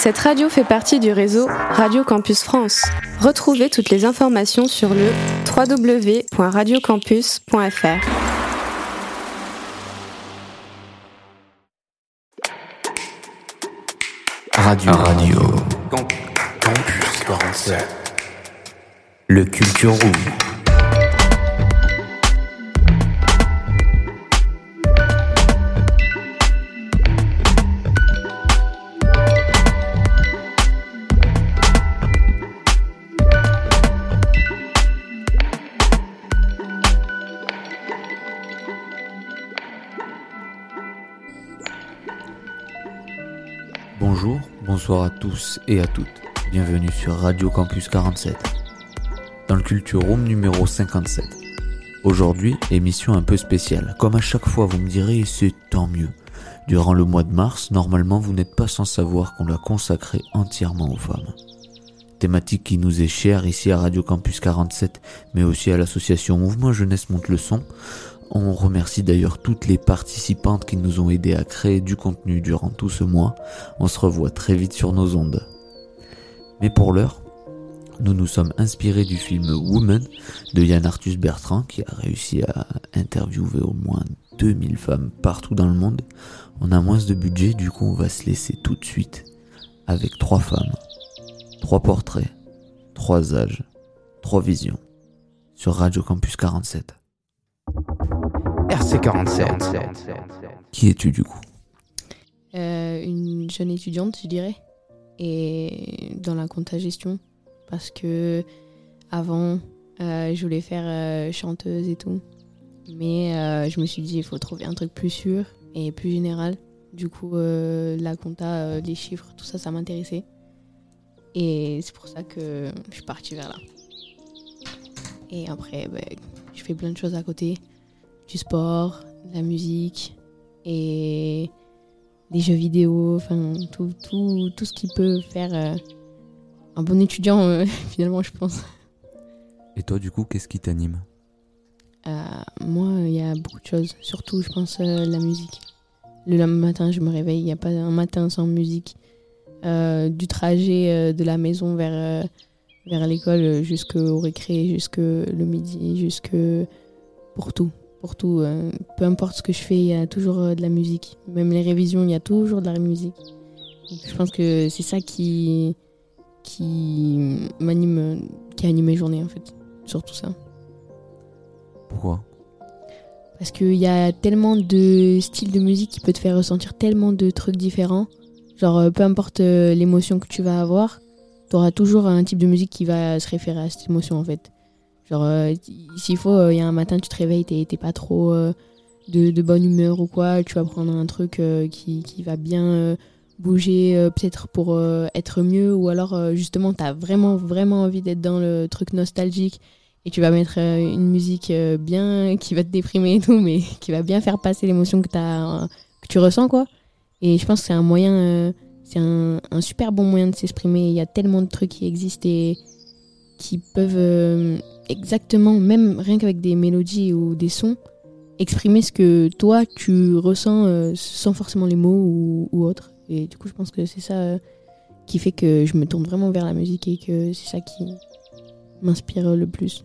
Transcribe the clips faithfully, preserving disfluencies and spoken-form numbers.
Cette radio fait partie du réseau Radio Campus France. Retrouvez toutes les informations sur le w w w point radio campus point f r. Radio Radio Campus quarante-sept. Le Culture Room. Bonjour, bonsoir à tous et à toutes. Bienvenue sur Radio Campus quarante-sept, dans le Culture Room numéro cinquante-sept. Aujourd'hui, émission un peu spéciale. Comme à chaque fois, vous me direz, et c'est tant mieux. Durant le mois de mars, normalement, vous n'êtes pas sans savoir qu'on l'a consacré entièrement aux femmes. Thématique qui nous est chère ici à Radio Campus quarante-sept, mais aussi à l'association Mouvement Jeunesse Monte le Son. On remercie d'ailleurs toutes les participantes qui nous ont aidés à créer du contenu durant tout ce mois. On se revoit très vite sur nos ondes. Mais pour l'heure, nous nous sommes inspirés du film Woman de Yann Arthus Bertrand, qui a réussi à interviewer au moins deux mille femmes partout dans le monde. On a moins de budget, du coup on va se laisser tout de suite avec trois femmes, trois portraits, trois âges, trois visions sur Radio Campus quarante-sept. R C quarante-sept. Qui es-tu du coup ? euh, Une jeune étudiante, je dirais, et dans la compta gestion, parce que avant, euh, je voulais faire euh, chanteuse et tout, mais euh, je me suis dit il faut trouver un truc plus sûr et plus général. Du coup, euh, la compta, euh, les chiffres, tout ça, ça m'intéressait, et c'est pour ça que je suis partie vers là. Et après, bah, je fais plein de choses à côté. Du sport, de la musique et des jeux vidéo, enfin tout, tout, tout ce qui peut faire euh, un bon étudiant euh, finalement, je pense. Et toi du coup, qu'est-ce qui t'anime ? euh, Moi, il y a beaucoup de choses, surtout je pense euh, la musique. Le matin, je me réveille, il n'y a pas un matin sans musique. Euh, du trajet euh, de la maison vers, euh, vers l'école jusqu'au récré, jusqu'au le midi, jusque pour tout. Pour tout, euh, peu importe ce que je fais, il y a toujours euh, de la musique. Même les révisions, il y a toujours de la musique. Donc, je pense que c'est ça qui, qui m'anime, qui anime mes journées en fait, surtout ça. Pourquoi ? Parce qu'il y a tellement de styles de musique qui peut te faire ressentir tellement de trucs différents. Genre, euh, peu importe euh, l'émotion que tu vas avoir, tu auras toujours un type de musique qui va se référer à cette émotion en fait. Genre, euh, s'il faut, il euh, y a un matin, tu te réveilles, t'es, t'es pas trop euh, de, de bonne humeur ou quoi, tu vas prendre un truc euh, qui, qui va bien euh, bouger, euh, peut-être pour euh, être mieux, ou alors euh, justement, t'as vraiment, vraiment envie d'être dans le truc nostalgique et tu vas mettre euh, une musique euh, bien, qui va te déprimer et tout, mais qui va bien faire passer l'émotion que, t'as, euh, que tu ressens, quoi. Et je pense que c'est un moyen, euh, c'est un, un super bon moyen de s'exprimer. Il y a tellement de trucs qui existent et qui peuvent euh, exactement, même rien qu'avec des mélodies ou des sons, exprimer ce que toi tu ressens euh, sans forcément les mots ou, ou autre. Et du coup, je pense que c'est ça euh, qui fait que je me tourne vraiment vers la musique et que c'est ça qui m'inspire le plus.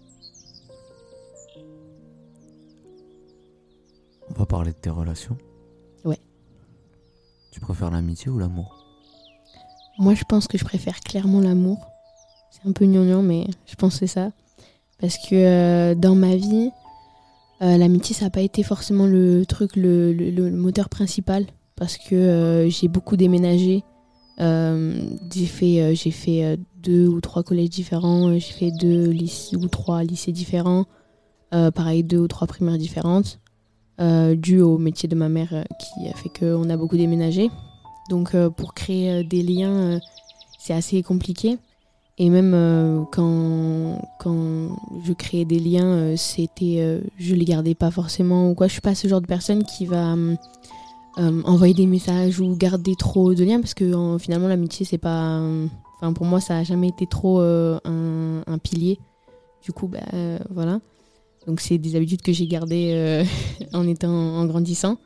On va parler de tes relations. Ouais. Tu préfères l'amitié ou l'amour ? Moi, je pense que je préfère clairement l'amour. C'est un peu gnangnan, mais je pense que c'est ça. Parce que euh, dans ma vie, euh, l'amitié, ça n'a pas été forcément le truc, le, le, le moteur principal. Parce que euh, j'ai beaucoup déménagé. Euh, j'ai fait, euh, j'ai fait euh, deux ou trois collèges différents. J'ai fait deux lycées ou trois lycées différents. Euh, pareil, deux ou trois primaires différentes. Euh, dû au métier de ma mère euh, qui a fait qu'on a beaucoup déménagé. Donc euh, pour créer euh, des liens, euh, c'est assez compliqué. Et même euh, quand, quand je créais des liens, euh, c'était, euh, je les gardais pas forcément ou quoi. Je suis pas ce genre de personne qui va euh, euh, envoyer des messages ou garder trop de liens parce que euh, finalement l'amitié c'est pas, enfin euh, pour moi ça a jamais été trop euh, un, un pilier. Du coup bah euh, voilà. Donc c'est des habitudes que j'ai gardées euh, en étant en grandissant.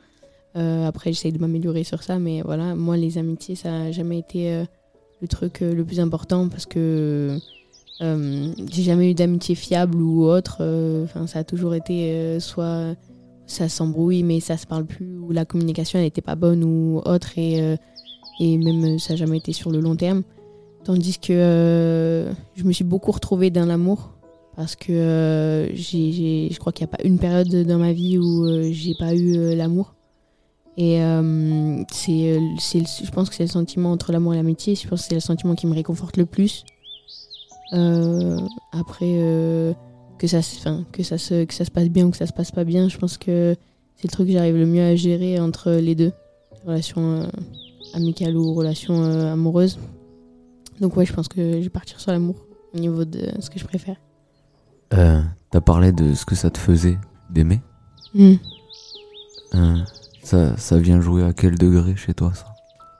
Euh, après, j'essaye de m'améliorer sur ça, mais voilà, moi, les amitiés, ça n'a jamais été euh, le truc euh, le plus important parce que euh, j'ai jamais eu d'amitié fiable ou autre. Enfin, euh, ça a toujours été euh, soit ça s'embrouille, mais ça se parle plus, ou la communication, elle n'était pas bonne ou autre, et, euh, et même ça n'a jamais été sur le long terme. Tandis que euh, je me suis beaucoup retrouvée dans l'amour parce que euh, j'ai, j'ai, je crois qu'il n'y a pas une période dans ma vie où euh, j'ai pas eu euh, l'amour. Et euh, c'est, c'est, je pense que c'est le sentiment entre l'amour et l'amitié. Je pense que c'est le sentiment qui me réconforte le plus. Euh, après, euh, que, ça, que, ça se, que ça se passe bien ou que ça se passe pas bien, je pense que c'est le truc que j'arrive le mieux à gérer entre les deux. Relations euh, amicales ou relations euh, amoureuses. Donc ouais, je pense que je vais partir sur l'amour au niveau de ce que je préfère. Euh, t'as parlé de ce que ça te faisait d'aimer. Mm. Euh, ça, ça vient jouer à quel degré chez toi, ça ?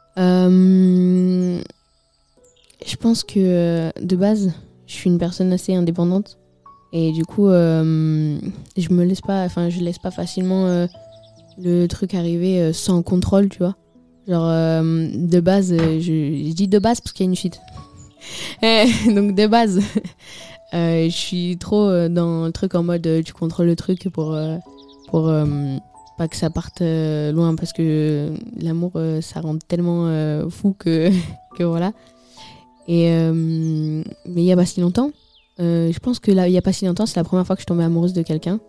euh, Je pense que de base, je suis une personne assez indépendante. Et du coup, euh, je me laisse pas, enfin, je laisse pas facilement euh, le truc arriver euh, sans contrôle, tu vois. Genre, euh, de base, je, je dis de base parce qu'il y a une suite. Donc, de base, euh, je suis trop dans le truc en mode euh, tu contrôles le truc pour, euh, pour euh, pas que ça parte euh, loin, parce que l'amour, euh, ça rend tellement euh, fou que, que voilà. Et, euh, mais il y a pas si longtemps, euh, je pense que là, il y a pas si longtemps, c'est la première fois que je tombais amoureuse de quelqu'un.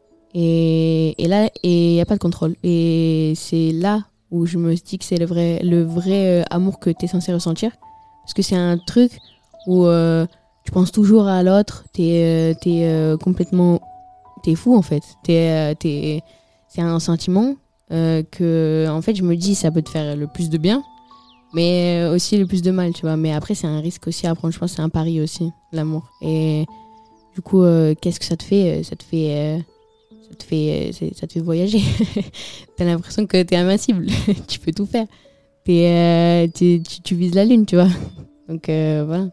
Et, et là, il n'y a pas de contrôle. Et c'est là où je me dis que c'est le vrai, le vrai euh, amour que tu es censé ressentir. Parce que c'est un truc où euh, tu penses toujours à l'autre, tu es euh, euh, complètement... T'es fou, en fait. T'es, euh, t'es, c'est un sentiment euh, que, en fait, je me dis, ça peut te faire le plus de bien, mais aussi le plus de mal, tu vois. Mais après, c'est un risque aussi à prendre. Je pense que c'est un pari aussi, l'amour. Et du coup, euh, qu'est-ce que ça te fait ? Ça te fait... Euh, Ça te fait, ça te fait voyager. T'as l'impression que t'es invincible. Tu peux tout faire. T'es, euh, t'es, tu, tu vises la lune, tu vois. Donc euh, voilà.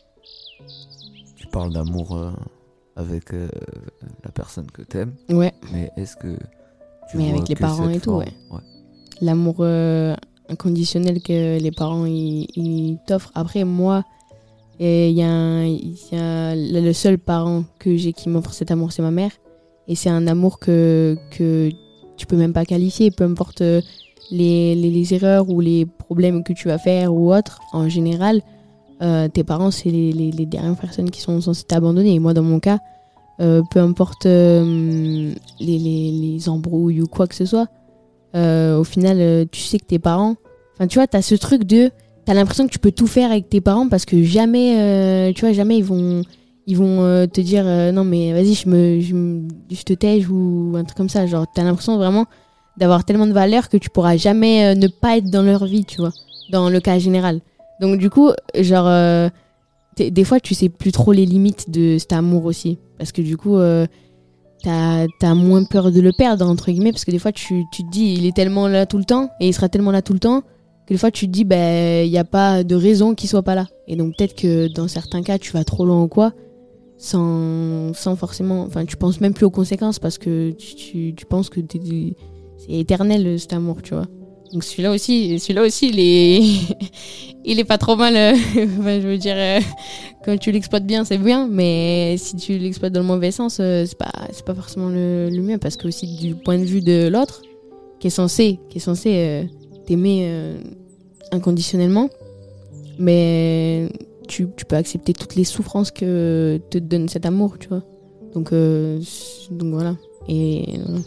Tu parles d'amour euh, avec euh, la personne que t'aimes. Ouais. Mais est-ce que tu Mais vois avec les que parents cette et tout, forme, ouais. ouais. L'amour euh, inconditionnel que les parents ils, ils t'offrent. Après, moi, il y a, un, y a le seul parent que j'ai qui m'offre cet amour, c'est ma mère. Et c'est un amour que, que tu peux même pas qualifier, peu importe les, les, les erreurs ou les problèmes que tu vas faire ou autre. En général, euh, tes parents, c'est les, les, les dernières personnes qui sont censées t'abandonner. Et moi, dans mon cas, euh, peu importe euh, les, les, les embrouilles ou quoi que ce soit, euh, au final, euh, tu sais que tes parents... Enfin, tu vois, t'as ce truc de... T'as l'impression que tu peux tout faire avec tes parents parce que jamais, euh, tu vois, jamais ils vont... Ils vont euh, te dire euh, non mais vas-y je me je, me, je te tège ou un truc comme ça, genre t'as l'impression vraiment d'avoir tellement de valeur que tu pourras jamais euh, ne pas être dans leur vie, tu vois, dans le cas général. Donc du coup genre euh, des fois tu sais plus trop les limites de cet amour aussi, parce que du coup euh, t'as t'as moins peur de le perdre entre guillemets, parce que des fois tu tu te dis il est tellement là tout le temps et il sera tellement là tout le temps que des fois tu te dis ben il y a pas de raison qu'il soit pas là, et donc peut-être que dans certains cas tu vas trop loin ou quoi. Sans, sans forcément... Enfin, tu penses même plus aux conséquences parce que tu, tu, tu penses que t'es, c'est éternel, cet amour, tu vois. Donc celui-là aussi, celui-là aussi il, est il est pas trop mal. Euh... enfin, je veux dire, euh... quand tu l'exploites bien, c'est bien. Mais si tu l'exploites dans le mauvais sens, euh, c'est pas, c'est pas forcément le, le mieux. Parce que aussi, du point de vue de l'autre, qui est censé, qui est censé euh, t'aimer euh, inconditionnellement, mais... Tu, tu peux accepter toutes les souffrances que te donne cet amour, tu vois. Donc, euh, donc voilà. Et euh...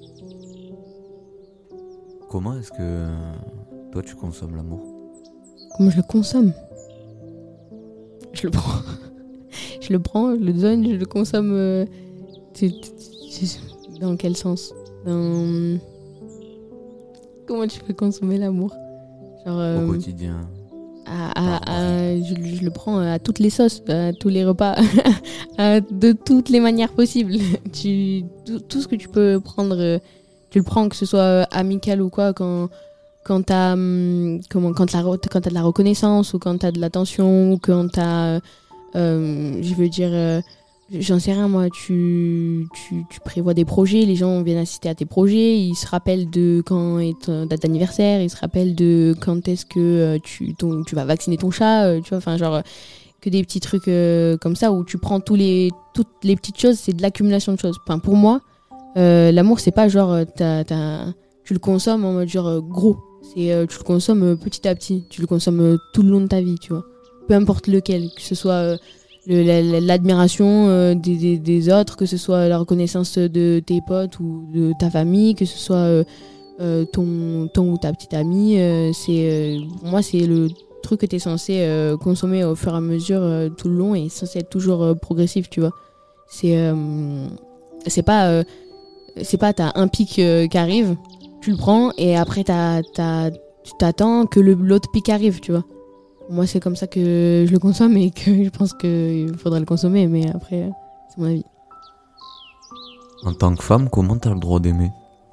Comment est-ce que toi tu consommes l'amour ? Comment je le consomme ? Je le prends. je le prends, je le donne, je le consomme. Euh... C'est, c'est... Dans quel sens ? Dans... Comment tu peux consommer l'amour ? Genre, euh... au quotidien. À, à, à, je, je le prends à toutes les sauces, à tous les repas, à, de toutes les manières possibles. Tu, tout, tout ce que tu peux prendre, tu le prends, que ce soit amical ou quoi, quand, quand t'as, comment, quand t'as, quand t'as de la reconnaissance, ou quand t'as de l'attention, ou quand t'as, euh, je veux dire, euh, j'en sais rien moi, tu, tu, tu prévois des projets, les gens viennent assister à tes projets, ils se rappellent de quand est ta date d'anniversaire, ils se rappellent de quand est-ce que tu, ton, tu vas vacciner ton chat, tu vois, enfin genre que des petits trucs euh, comme ça où tu prends tous les, toutes les petites choses, c'est de l'accumulation de choses. Enfin, pour moi, euh, l'amour c'est pas genre t'as, t'as, tu le consommes en mode genre euh, gros, c'est euh, tu le consommes euh, petit à petit, tu le consommes euh, tout le long de ta vie, tu vois, peu importe lequel, que ce soit euh, Le, la, l'admiration euh, des, des, des autres, que ce soit la reconnaissance de tes potes ou de ta famille, que ce soit euh, euh, ton, ton ou ta petite amie. Euh, c'est, euh, pour moi, c'est le truc que tu es censé euh, consommer au fur et à mesure euh, tout le long et censé être toujours euh, progressif, tu vois. C'est, euh, c'est pas, euh, c'est pas t'as un pic euh, qui arrive, tu le prends et après t'as, t'as, tu t'attends que le, l'autre pic arrive, tu vois. Moi, c'est comme ça que je le consomme et que je pense qu'il faudrait le consommer, mais après, c'est mon avis. En tant que femme, comment t'as le droit d'aimer ?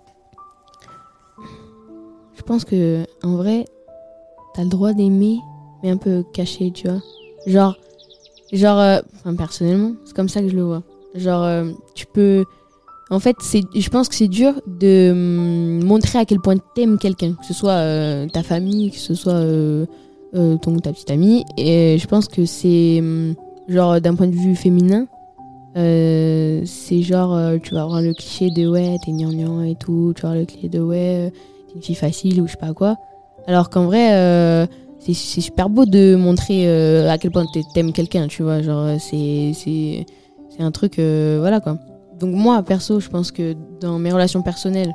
Je pense que, en vrai, t'as le droit d'aimer, mais un peu caché, tu vois. Genre, genre, euh, enfin, personnellement, c'est comme ça que je le vois. Genre, euh, tu peux... En fait, c'est, je pense que c'est dur de hum, montrer à quel point t'aimes quelqu'un, que ce soit euh, ta famille, que ce soit... Euh, Euh, ton ou ta petite amie, et je pense que c'est genre d'un point de vue féminin euh, c'est genre euh, tu vas avoir le cliché de ouais t'es gnangnan et tout, tu vas avoir le cliché de ouais t'es une fille facile ou je sais pas quoi, alors qu'en vrai euh, c'est, c'est super beau de montrer euh, à quel point t'aimes quelqu'un, tu vois, genre c'est, c'est, c'est un truc euh, voilà quoi. Donc moi perso je pense que dans mes relations personnelles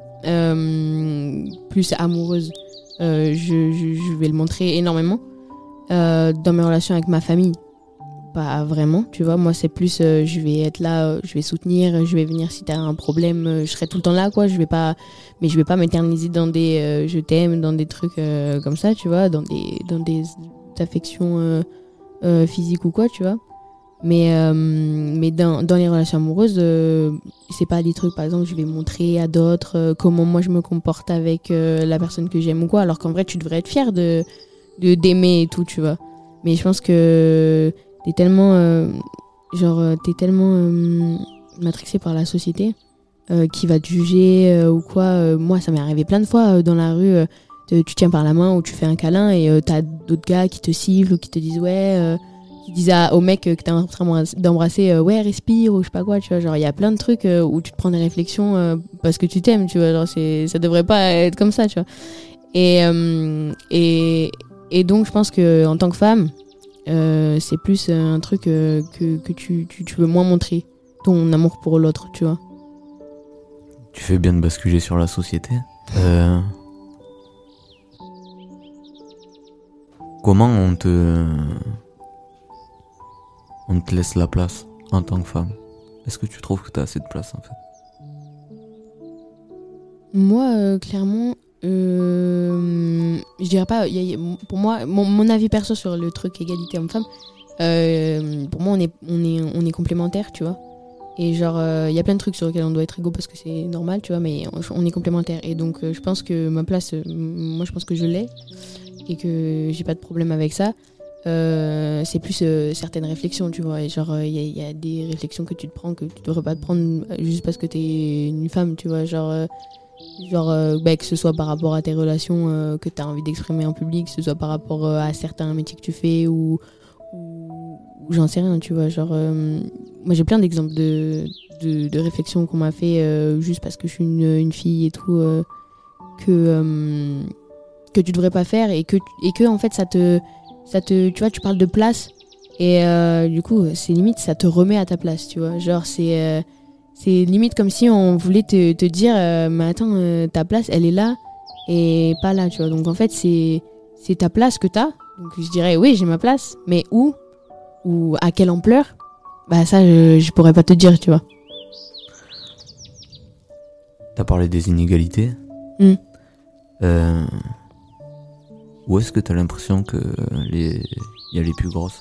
euh, plus amoureuses, Euh, je, je, je vais le montrer énormément. Euh, dans mes relations avec ma famille, pas vraiment, tu vois. Moi, c'est plus, euh, je vais être là, euh, je vais soutenir, je vais venir si t'as un problème, euh, je serai tout le temps là, quoi. Je vais pas, mais je vais pas m'éterniser dans des euh, je t'aime, dans des trucs euh, comme ça, tu vois, dans des, dans des affections euh, euh, physiques ou quoi, tu vois. Mais, euh, mais dans, dans les relations amoureuses, euh, c'est pas des trucs, par exemple, je vais montrer à d'autres euh, comment moi je me comporte avec euh, la personne que j'aime ou quoi, alors qu'en vrai, tu devrais être fier de, de, d'aimer et tout, tu vois. Mais je pense que t'es tellement, euh, genre, t'es tellement euh, matrixé par la société euh, qui va te juger euh, ou quoi. Euh, moi, ça m'est arrivé plein de fois euh, dans la rue, euh, te, tu tiens par la main ou tu fais un câlin et euh, t'as d'autres gars qui te sifflent ou qui te disent ouais... Euh, qui disent à, au mec que t'es en train d'embrasser euh, ouais respire ou je sais pas quoi, tu vois, genre il y a plein de trucs euh, où tu te prends des réflexions euh, parce que tu t'aimes, tu vois, genre c'est, ça devrait pas être comme ça, tu vois. Et, euh, et, et donc je pense que en tant que femme euh, c'est plus un truc euh, que, que tu, tu, tu veux moins montrer ton amour pour l'autre, tu vois. Tu fais bien de basculer sur la société. Euh... Comment on te... on te laisse la place en tant que femme? Est-ce que tu trouves que tu as assez de place en fait? Moi, euh, clairement, euh, je dirais pas. Y a, pour moi, mon, mon avis perso sur le truc égalité homme-femme, euh, pour moi, on est, on est, on est complémentaires, tu vois. Et genre, il euh, y a plein de trucs sur lesquels on doit être égaux parce que c'est normal, tu vois, mais on, on est complémentaires. Et donc, euh, je pense que ma place, euh, moi, je pense que je l'ai et que j'ai pas de problème avec ça. Euh, c'est plus euh, certaines réflexions, tu vois. Et genre, il y, y a des réflexions que tu te prends que tu devrais pas te prendre juste parce que t'es une femme, tu vois. Genre, euh, genre euh, bah, que ce soit par rapport à tes relations euh, que t'as envie d'exprimer en public, que ce soit par rapport euh, à certains métiers que tu fais ou, ou, ou j'en sais rien, tu vois. Genre, euh, moi j'ai plein d'exemples de, de, de réflexions qu'on m'a fait euh, juste parce que je suis une, une fille et tout, euh, que, euh, que tu devrais pas faire et que, et que en fait ça te. Ça te, tu vois, tu parles de place et euh, du coup, c'est limite, ça te remet à ta place, tu vois. Genre, c'est, euh, c'est limite comme si on voulait te, te dire, euh, mais attends, euh, ta place, elle est là et pas là, tu vois. Donc en fait, c'est, c'est ta place que t'as. Donc je dirais, oui, j'ai ma place, mais où ou à quelle ampleur? Bah ça, je, je pourrais pas te dire, tu vois. T'as parlé des inégalités. Mm. Euh... Où est-ce que t'as l'impression que les... y a les plus grosses?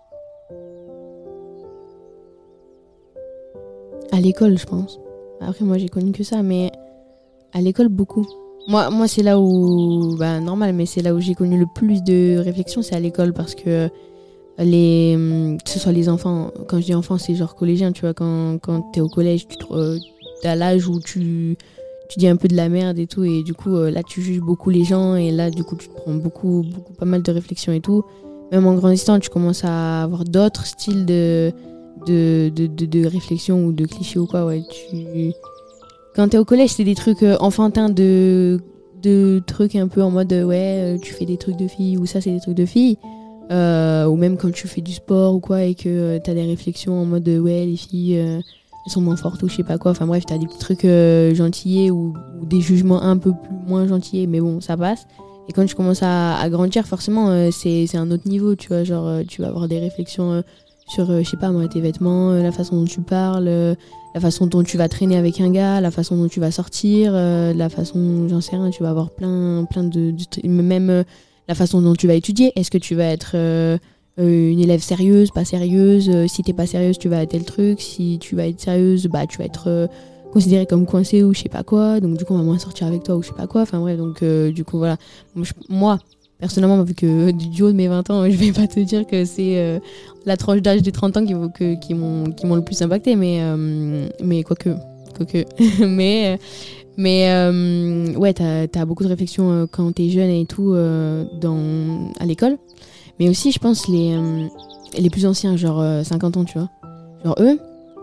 À l'école, je pense. Après, moi, j'ai connu que ça, mais à l'école, beaucoup. Moi, moi c'est là où... Bah, normal, mais c'est là où j'ai connu le plus de réflexion, c'est à l'école, parce que les, que ce soit les enfants, quand je dis enfants, c'est genre collégien, tu vois, quand, quand t'es au collège, tu te, t'as l'âge où tu, tu dis un peu de la merde et tout, et du coup, euh, là, tu juges beaucoup les gens, et là, du coup, tu te prends beaucoup, beaucoup, pas mal de réflexions et tout. Même en grandissant, tu commences à avoir d'autres styles de, de, de, de, de réflexion ou de clichés ou quoi, ouais. Tu... Quand t'es au collège, c'est des trucs enfantins de, de trucs un peu en mode, ouais, tu fais des trucs de filles, ou ça, c'est des trucs de filles. Euh, ou même quand tu fais du sport ou quoi et que euh, t'as des réflexions en mode ouais les filles euh, elles sont moins fortes ou je sais pas quoi, enfin bref t'as des petits trucs euh, gentillés ou, ou des jugements un peu plus moins gentillés mais bon ça passe. Et quand tu commences à, à grandir forcément euh, c'est, c'est un autre niveau, tu vois, genre euh, tu vas avoir des réflexions euh, sur euh, je sais pas moi tes vêtements, euh, la façon dont tu parles, euh, la façon dont tu vas traîner avec un gars, la façon dont tu vas sortir, euh, la façon j'en sais rien, tu vas avoir plein plein de, de même euh, la façon dont tu vas étudier. Est-ce que tu vas être euh, une élève sérieuse, pas sérieuse? Si t'es pas sérieuse, tu vas à tel truc. Si tu vas être sérieuse, bah tu vas être euh, considérée comme coincée ou je sais pas quoi. Donc du coup, on va moins sortir avec toi ou je sais pas quoi. Enfin bref, donc euh, du coup voilà. Moi, je, moi, personnellement, vu que du haut de mes vingt ans, je vais pas te dire que c'est euh, la tranche d'âge des trente ans qui, que, qui, m'ont, qui m'ont le plus impacté. Mais, euh, mais quoique, quoique. mais... Euh, Mais euh, ouais, t'as, t'as beaucoup de réflexions euh, quand t'es jeune et tout euh, dans, à l'école. Mais aussi, je pense, les, euh, les plus anciens, genre euh, cinquante ans, tu vois. Genre eux,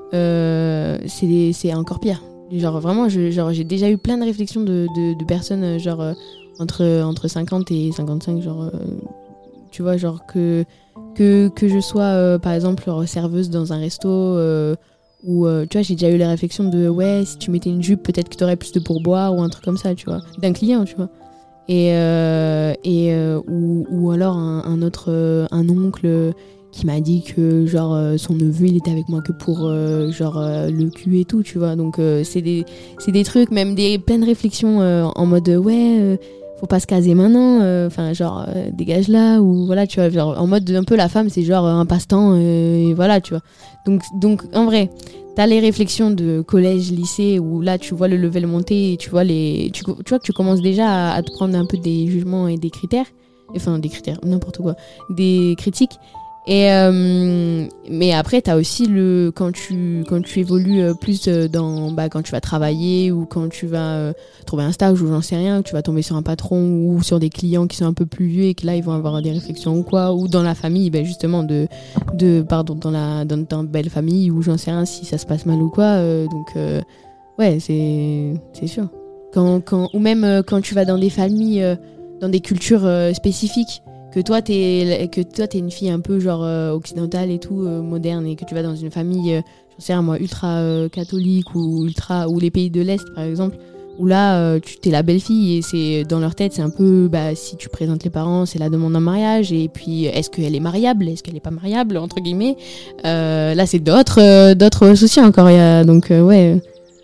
euh, c'est, des, c'est encore pire. Genre vraiment, je, genre, j'ai déjà eu plein de réflexions de, de, de personnes genre euh, entre, entre cinquante et cinquante-cinq, genre... Euh, tu vois, genre que, que, que je sois, euh, par exemple, serveuse dans un resto... Euh, Ou euh, tu vois, j'ai déjà eu la réflexion de ouais, si tu mettais une jupe, peut-être que t'aurais plus de pourboire ou un truc comme ça, tu vois, d'un client, tu vois. Et, euh, et euh, ou, ou alors un, un autre, euh, un oncle qui m'a dit que genre euh, son neveu il était avec moi que pour euh, genre euh, le cul et tout, tu vois. Donc euh, c'est des, c'est des trucs, même des pleines réflexions euh, en mode ouais. Euh, faut pas se caser maintenant, enfin euh, genre euh, dégage là ou voilà tu vois, genre en mode un peu la femme c'est genre un passe-temps euh, et voilà tu vois. Donc donc en vrai t'as les réflexions de collège lycée où là tu vois le level monter et tu vois les tu, tu vois que tu commences déjà à, à te prendre un peu des jugements et des critères, enfin des critères n'importe quoi, des critiques. Et euh, mais après t'as aussi le quand tu quand tu évolues plus dans bah quand tu vas travailler ou quand tu vas euh, trouver un stage ou j'en sais rien, que tu vas tomber sur un patron ou sur des clients qui sont un peu plus vieux et que là ils vont avoir des réflexions ou quoi, ou dans la famille ben justement de de pardon dans la dans ta belle famille ou j'en sais rien si ça se passe mal ou quoi euh, donc euh, ouais c'est c'est sûr quand quand ou même euh, quand tu vas dans des familles euh, dans des cultures euh, spécifiques, que toi t'es que toi t'es une fille un peu genre euh, occidentale et tout euh, moderne et que tu vas dans une famille euh, j'en sais rien moi ultra euh, catholique ou ultra ou les pays de l'Est par exemple où là euh, tu t'es la belle fille et c'est dans leur tête c'est un peu bah si tu présentes les parents c'est la demande en mariage et puis est-ce qu'elle est mariable, est-ce qu'elle est pas mariable entre guillemets euh, là c'est d'autres euh, d'autres soucis encore y a, donc euh, ouais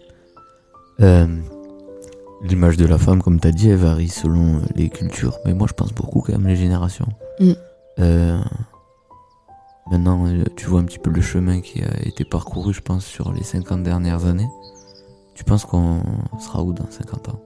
euh... L'image de la femme, comme tu as dit, elle varie selon les cultures. Mais moi, je pense beaucoup quand même les générations. Mm. Euh, maintenant, tu vois un petit peu le chemin qui a été parcouru, je pense, sur les cinquante dernières années. Tu penses qu'on sera où dans cinquante ans ?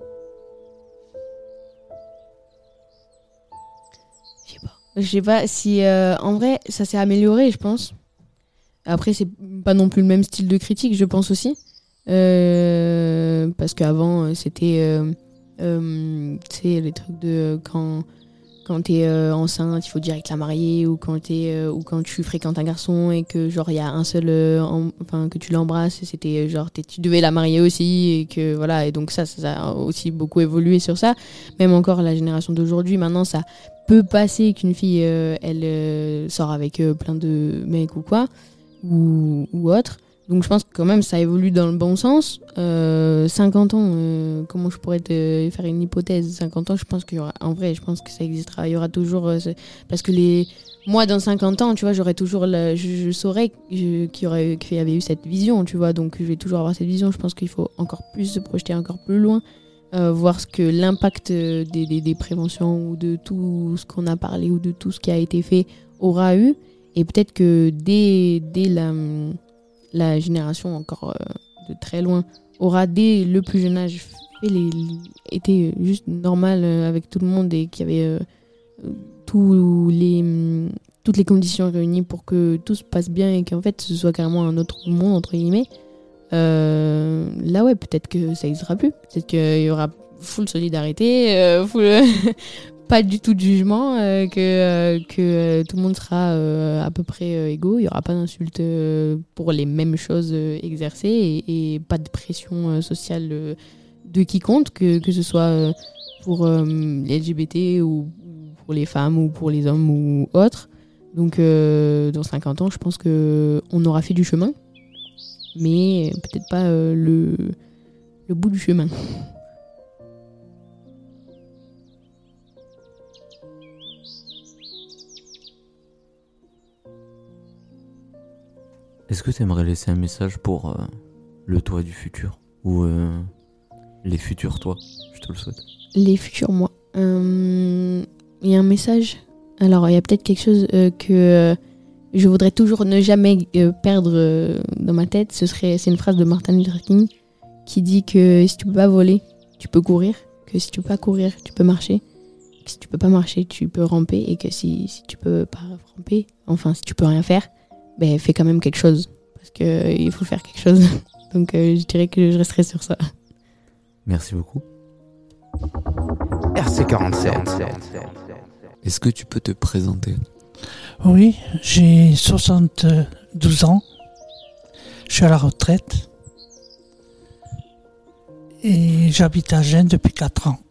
Je sais pas. Je sais pas si... Euh, en vrai, ça s'est amélioré, je pense. Après, c'est pas non plus le même style de critique, je pense aussi. Euh, parce qu'avant c'était euh, euh, tu sais les trucs de quand quand t'es euh, enceinte il faut direct la marier ou quand t'es euh, ou quand tu fréquentes un garçon et que genre il y a un seul euh, en, enfin que tu l'embrasses c'était genre tu devais la marier aussi et que voilà et donc ça ça a aussi beaucoup évolué sur ça, même encore la génération d'aujourd'hui maintenant ça peut passer qu'une fille euh, elle euh, sort avec euh, plein de mecs ou quoi ou, ou autre. Donc je pense que quand même ça évolue dans le bon sens. Euh, cinquante ans, euh, comment je pourrais te faire une hypothèse ? cinquante ans, je pense qu'il y aura, en vrai, je pense que ça existera. Il y aura toujours, euh, parce que les, moi dans cinquante ans, tu vois, j'aurais toujours, la, je, je saurais qu'il y aurait, qu'il y avait eu cette vision, tu vois. Donc je vais toujours avoir cette vision. Je pense qu'il faut encore plus se projeter encore plus loin, euh, voir ce que l'impact des, des, des préventions ou de tout ce qu'on a parlé ou de tout ce qui a été fait aura eu. Et peut-être que dès, dès la la génération encore euh, de très loin aura dès le plus jeune âge fait les, été juste normal euh, avec tout le monde et qu'il y avait euh, tous les, tout toutes les conditions réunies pour que tout se passe bien et qu'en fait ce soit carrément un autre monde entre guillemets, euh, là ouais peut-être que ça n'existera plus, peut-être qu'il y aura full solidarité, euh, full pas du tout de jugement, euh, que, euh, que euh, tout le monde sera euh, à peu près euh, égaux, il n'y aura pas d'insultes euh, pour les mêmes choses euh, exercées et, et pas de pression euh, sociale euh, de quiconque, que, que ce soit euh, pour euh, les L G B T ou pour les femmes ou pour les hommes ou autres. Donc euh, dans cinquante ans, je pense qu'on aura fait du chemin, mais peut-être pas euh, le, le bout du chemin. Est-ce que tu aimerais laisser un message pour euh, le toi du futur ou euh, les futurs toi? Je te le souhaite. Les futurs moi. Il euh, y a un message. Alors il y a peut-être quelque chose euh, que euh, je voudrais toujours ne jamais euh, perdre euh, dans ma tête. Ce serait, c'est une phrase de Martin Luther King qui dit que si tu peux pas voler, tu peux courir. Que si tu peux pas courir, tu peux marcher. Que si tu peux pas marcher, tu peux ramper. Et que si, si tu peux pas ramper, enfin si tu peux rien faire, ben, fais quand même quelque chose, parce qu'il euh, faut faire quelque chose. Donc euh, je dirais que je resterai sur ça. Merci beaucoup. R C quarante-sept. Est-ce que tu peux te présenter? Oui, j'ai soixante-douze ans, je suis à la retraite et j'habite à Gênes depuis quatre ans.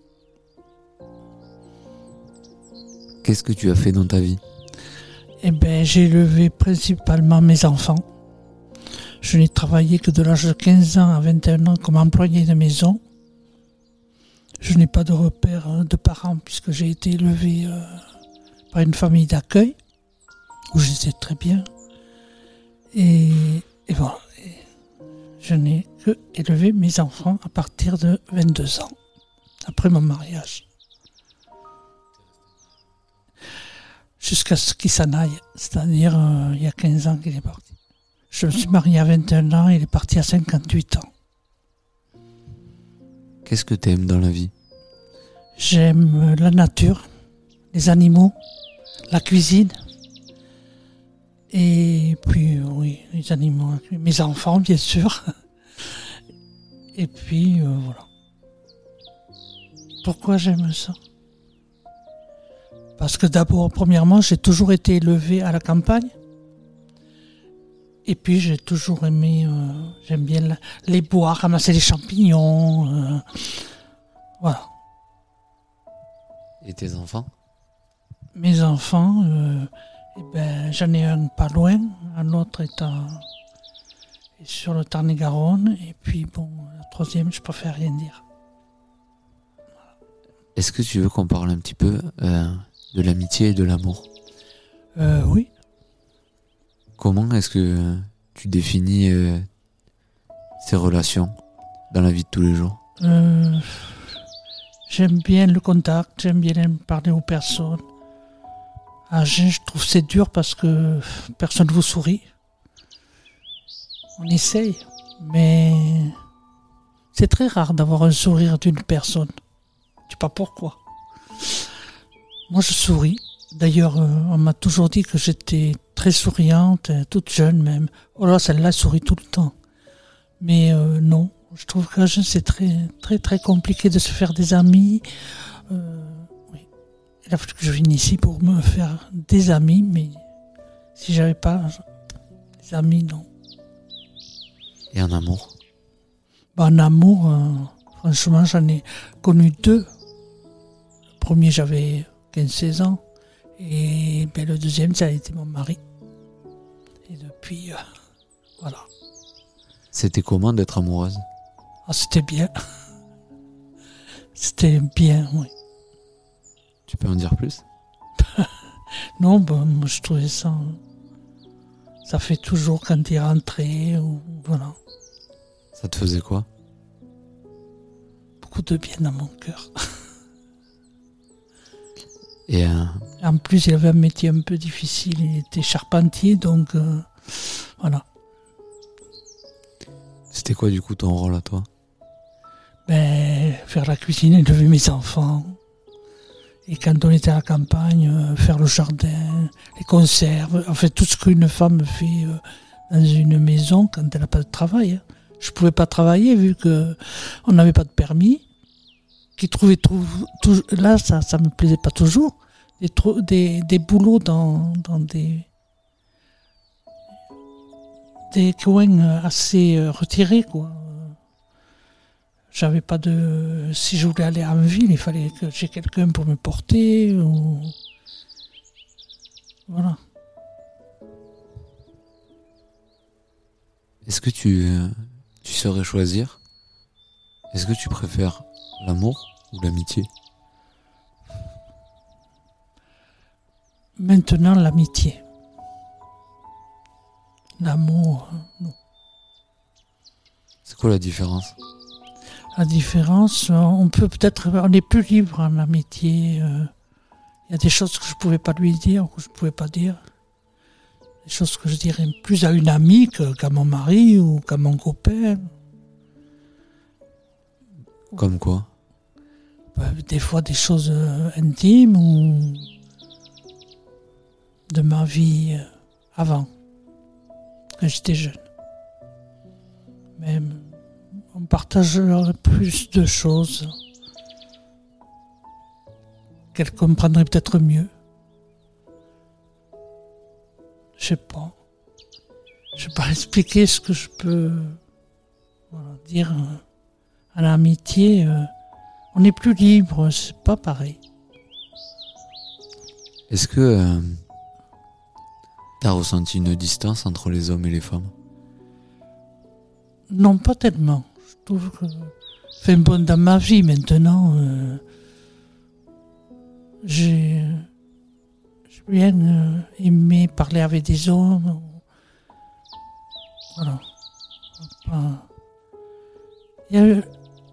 Qu'est-ce que tu as fait dans ta vie? Eh ben, j'ai élevé principalement mes enfants. Je n'ai travaillé que de l'âge de quinze ans à vingt et un ans comme employé de maison. Je n'ai pas de repère de parents puisque j'ai été élevé euh, par une famille d'accueil où j'étais très bien. Et, et voilà, et je n'ai que élevé mes enfants à partir de vingt-deux ans, après mon mariage. Jusqu'à ce qu'il s'en aille, c'est-à-dire euh, il y a quinze ans qu'il est parti. Je me suis marié à vingt et un ans et il est parti à cinquante-huit ans. Qu'est-ce que tu aimes dans la vie? J'aime la nature, les animaux, la cuisine. Et puis, oui, les animaux, mes enfants, bien sûr. Et puis, euh, voilà. Pourquoi j'aime ça? Parce que d'abord, premièrement, j'ai toujours été élevé à la campagne. Et puis, j'ai toujours aimé, euh, j'aime bien la, les bois, ramasser les champignons. Euh, voilà. Et tes enfants? Mes enfants, euh, eh ben, j'en ai un pas loin, un autre est, à, est sur le Tarn-et-Garonne. Et puis, bon, la troisième, je préfère rien dire. Voilà. Est-ce que tu veux qu'on parle un petit peu euh, de l'amitié et de l'amour? euh, Oui. Comment est-ce que tu définis euh, ces relations dans la vie de tous les jours? euh, J'aime bien le contact, j'aime bien parler aux personnes. À Gênes, je trouve que c'est dur parce que personne ne vous sourit. On essaye, mais c'est très rare d'avoir un sourire d'une personne. Je ne sais pas pourquoi. Moi, je souris. D'ailleurs, euh, on m'a toujours dit que j'étais très souriante, toute jeune même. Oh là, celle-là sourit tout le temps. Mais euh, non, je trouve que c'est très, très, très compliqué de se faire des amis. Euh, oui. Il a fallu que je vienne ici pour me faire des amis, mais si j'avais pas des amis, non. Et en amour? Bah, en amour, euh, franchement, j'en ai connu deux. Le premier, j'avais quinze seize ans. Et ben, le deuxième, ça a été mon mari. Et depuis, euh, voilà. C'était comment d'être amoureuse? Ah, c'était bien. C'était bien, oui. Tu peux en dire plus? Non, ben, moi, je trouvais ça... Ça fait toujours quand tu es rentré, ou voilà. Ça te faisait quoi? Beaucoup de bien dans mon cœur. Et euh... En plus, il avait un métier un peu difficile, il était charpentier, donc euh, voilà. C'était quoi du coup ton rôle à toi? Ben, faire la cuisine, élever mes enfants, Et quand on était à la campagne, euh, faire le jardin, les conserves, en fait tout ce qu'une femme fait euh, dans une maison quand elle n'a pas de travail. Hein. Je ne pouvais pas travailler vu qu'on n'avait pas de permis. Qui trouvait tout, tout, là, ça ne me plaisait pas toujours. Des, des, des boulots dans, dans des, des coins assez retirés, quoi. J'avais pas de... Si je voulais aller en ville, il fallait que j'ai quelqu'un pour me porter. Ou... Voilà. Est-ce que tu, tu saurais choisir? Est-ce que tu préfères l'amour ou l'amitié? Maintenant, l'amitié. L'amour, non. C'est quoi la différence? La différence, on peut peut-être, on est plus libre en amitié. Il euh, y a des choses que je ne pouvais pas lui dire, que je ne pouvais pas dire. Des choses que je dirais plus à une amie que, qu'à mon mari ou qu'à mon copain. Comme quoi? Bah, des fois des choses euh, intimes ou de ma vie euh, avant, quand j'étais jeune. Même on partage plus de choses qu'elle comprendrait peut-être mieux. Je sais pas. Je sais pas expliquer ce que je peux voilà, dire à l'amitié. Euh, on est plus libre, c'est pas pareil. Est-ce que euh, t'as ressenti une distance entre les hommes et les femmes? Non, pas tellement. Je trouve que, enfin bon, dans ma vie maintenant, euh, j'ai, j'ai bien euh, aimé parler avec des hommes. Voilà. Enfin, il y a,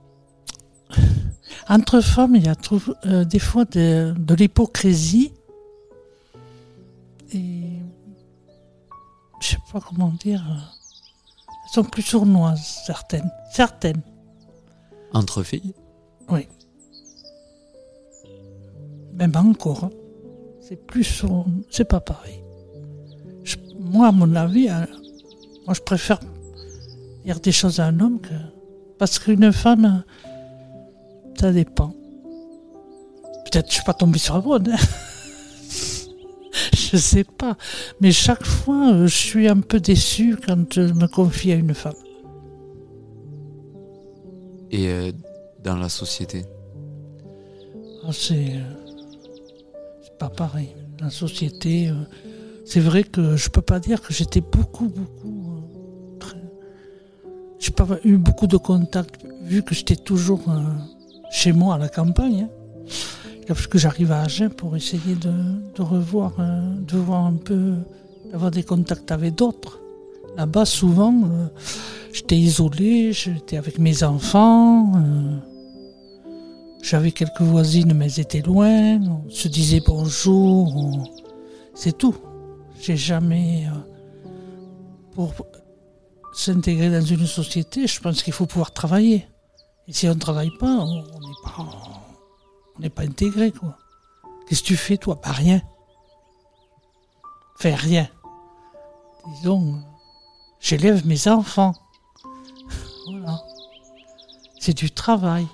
entre femmes, il y a trouve, euh, des fois de, de l'hypocrisie. Et je sais pas comment dire. Elles sont plus sournoises, certaines. Certaines. Entre filles? Oui. Même encore. Hein. C'est plus sourd. C'est pas pareil. Je, moi, à mon avis, hein, moi, je préfère dire des choses à un homme que. Parce qu'une femme, ça dépend. Peut-être que je suis pas tombée sur la bonne. Hein. Je sais pas. Mais chaque fois, je suis un peu déçu quand je me confie à une femme. Et euh, dans la société? Ah, c'est, euh, c'est pas pareil. La société, euh, c'est vrai que je peux pas dire que j'étais beaucoup, beaucoup... Euh, très... J'ai pas eu beaucoup de contacts, vu que j'étais toujours euh, chez moi, à la campagne. Hein. Parce que j'arrive à Agen pour essayer de, de revoir, euh, de voir un peu, d'avoir des contacts avec d'autres. Là-bas, souvent, euh, j'étais isolé, j'étais avec mes enfants, euh, j'avais quelques voisines, mais elles étaient loin, on se disait bonjour, on... c'est tout. J'ai jamais... Euh, pour s'intégrer dans une société, je pense qu'il faut pouvoir travailler. Et si on ne travaille pas, on n'est pas... On n'est pas intégré, quoi. Qu'est-ce que tu fais, toi? Bah, rien. Fais rien. Disons, j'élève mes enfants. Voilà. C'est du travail.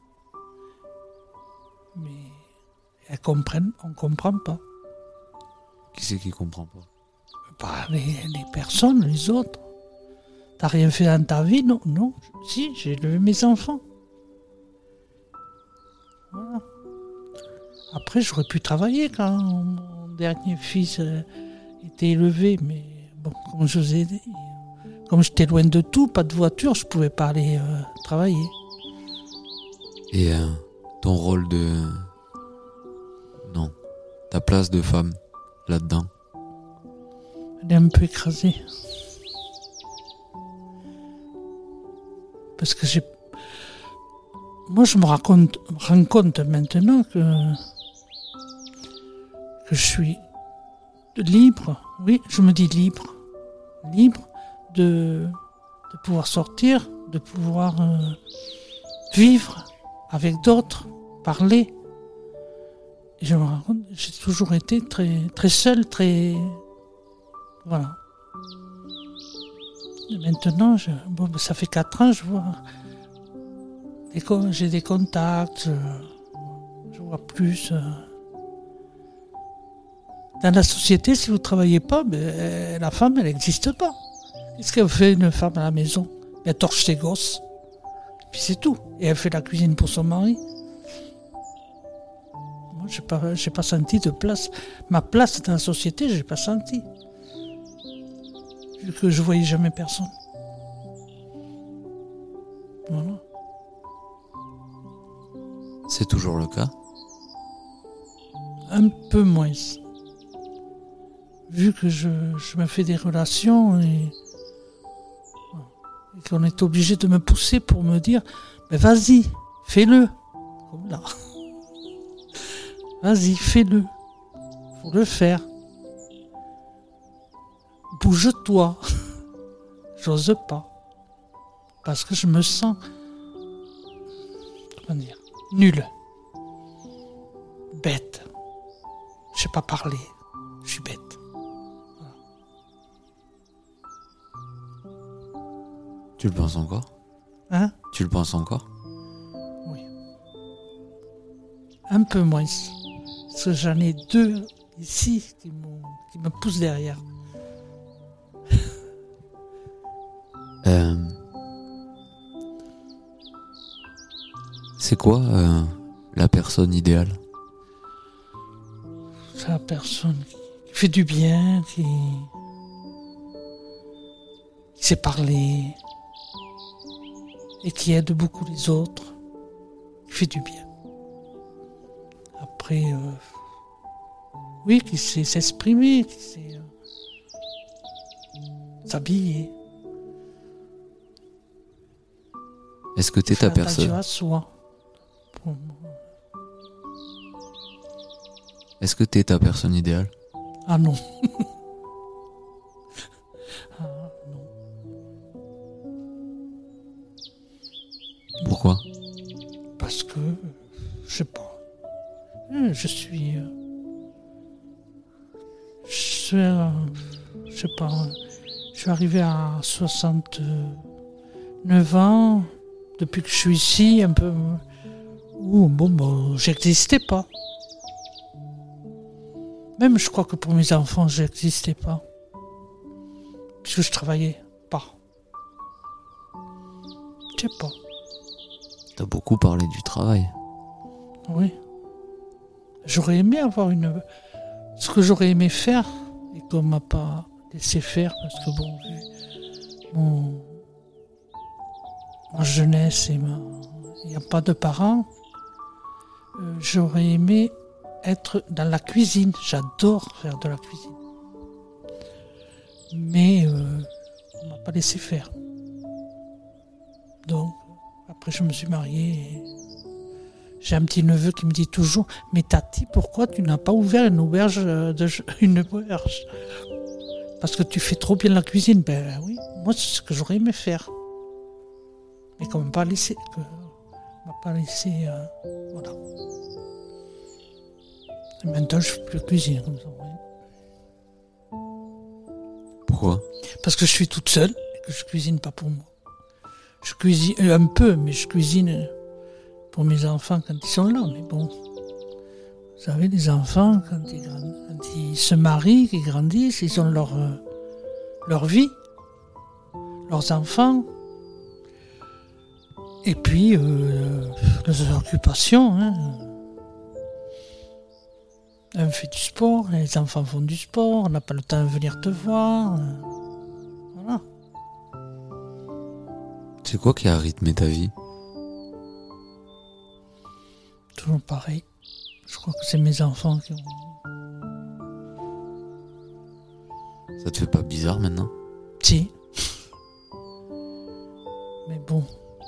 Mais elles comprennent, on ne comprend pas. Qui c'est qui comprend pas? Bah, les, les personnes, les autres. T'as rien fait dans ta vie? Non, non. Si, j'ai élevé mes enfants. Voilà. Après, j'aurais pu travailler quand mon dernier fils euh, était élevé, mais bon, comme je vous ai dit, comme j'étais loin de tout, pas de voiture, je pouvais pas aller euh, travailler. Et euh, ton rôle de... Non, ta place de femme, là-dedans? Elle est un peu écrasée. Parce que j'ai... Moi, je me raconte, rends compte maintenant que... que je suis libre, oui, je me dis libre, libre de, de pouvoir sortir, de pouvoir euh, vivre avec d'autres, parler. Et je me rends compte, j'ai toujours été très, très seul, très... Voilà. Et maintenant, je... bon, ça fait quatre ans, je vois... Des co- j'ai des contacts, je, je vois plus... euh. Dans la société, si vous ne travaillez pas, ben, la femme, elle n'existe pas. Qu'est-ce qu'elle fait, une femme à la maison? Elle torche ses gosses. Et puis c'est tout. Et elle fait la cuisine pour son mari. Moi, je n'ai pas, j'ai pas senti de place. Ma place dans la société, je n'ai pas senti. Vu que je ne voyais jamais personne. Voilà. C'est toujours le cas? Un peu moins. Vu que je, je me fais des relations et, et qu'on est obligé de me pousser pour me dire mais vas-y, fais-le. Comme là. Vas-y, fais-le. Faut le faire. Bouge-toi. J'ose pas. Parce que je me sens, comment dire, nul. Bête. Je sais pas parler. Je suis bête. Tu le penses encore? Hein? Tu le penses encore? Oui. Un peu moins. Parce que j'en ai deux ici qui, m'ont, qui me poussent derrière. Euh, c'est quoi euh, la personne idéale? C'est la personne qui fait du bien, qui, qui sait parler et qui aide beaucoup les autres, qui fait du bien. Après, euh, oui, qui sait s'exprimer, qui sait euh, s'habiller. Est-ce que t'es ta personne? À soi. Pour moi. Est-ce que t'es ta personne idéale? Ah non. Ah non. Pourquoi? Parce que, je sais pas. Je suis... euh, Je suis... euh, Je sais pas. Je suis arrivé à soixante-neuf ans. Depuis que je suis ici, un peu... Ouh, bon, bon, j'existais pas. Même, je crois que pour mes enfants, j'existais pas. Puisque je travaillais pas. Je sais pas. T'as beaucoup parlé du travail. Oui. J'aurais aimé avoir une... Ce que j'aurais aimé faire, et qu'on m'a pas laissé faire, parce que bon, vu mon... ma jeunesse et ma... il n'y a pas de parents, euh, j'aurais aimé être dans la cuisine. J'adore faire de la cuisine. Mais euh, on m'a pas laissé faire. Donc, après je me suis marié et j'ai un petit neveu qui me dit toujours « Mais Tati, pourquoi tu n'as pas ouvert une auberge de une auberge Parce que tu fais trop bien la cuisine. » Ben oui, moi c'est ce que j'aurais aimé faire. Mais qu'on m'a pas laissé. Que, on m'a pas laissé. Euh, voilà. Et maintenant je fais plus de cuisine comme ça. Oui. Pourquoi? Parce que je suis toute seule et que je cuisine pas pour moi. Je cuisine euh, un peu, mais je cuisine pour mes enfants quand ils sont là. Mais bon, vous savez, les enfants, quand ils, quand ils se marient, qu'ils grandissent, ils ont leur, euh, leur vie, leurs enfants. Et puis, euh, les occupations. Hein. On fait du sport, les enfants font du sport, on n'a pas le temps de venir te voir. Voilà. C'est quoi qui a rythmé ta vie? Toujours pareil. Je crois que c'est mes enfants qui ont... Ça te fait pas bizarre maintenant? Si. Mais bon.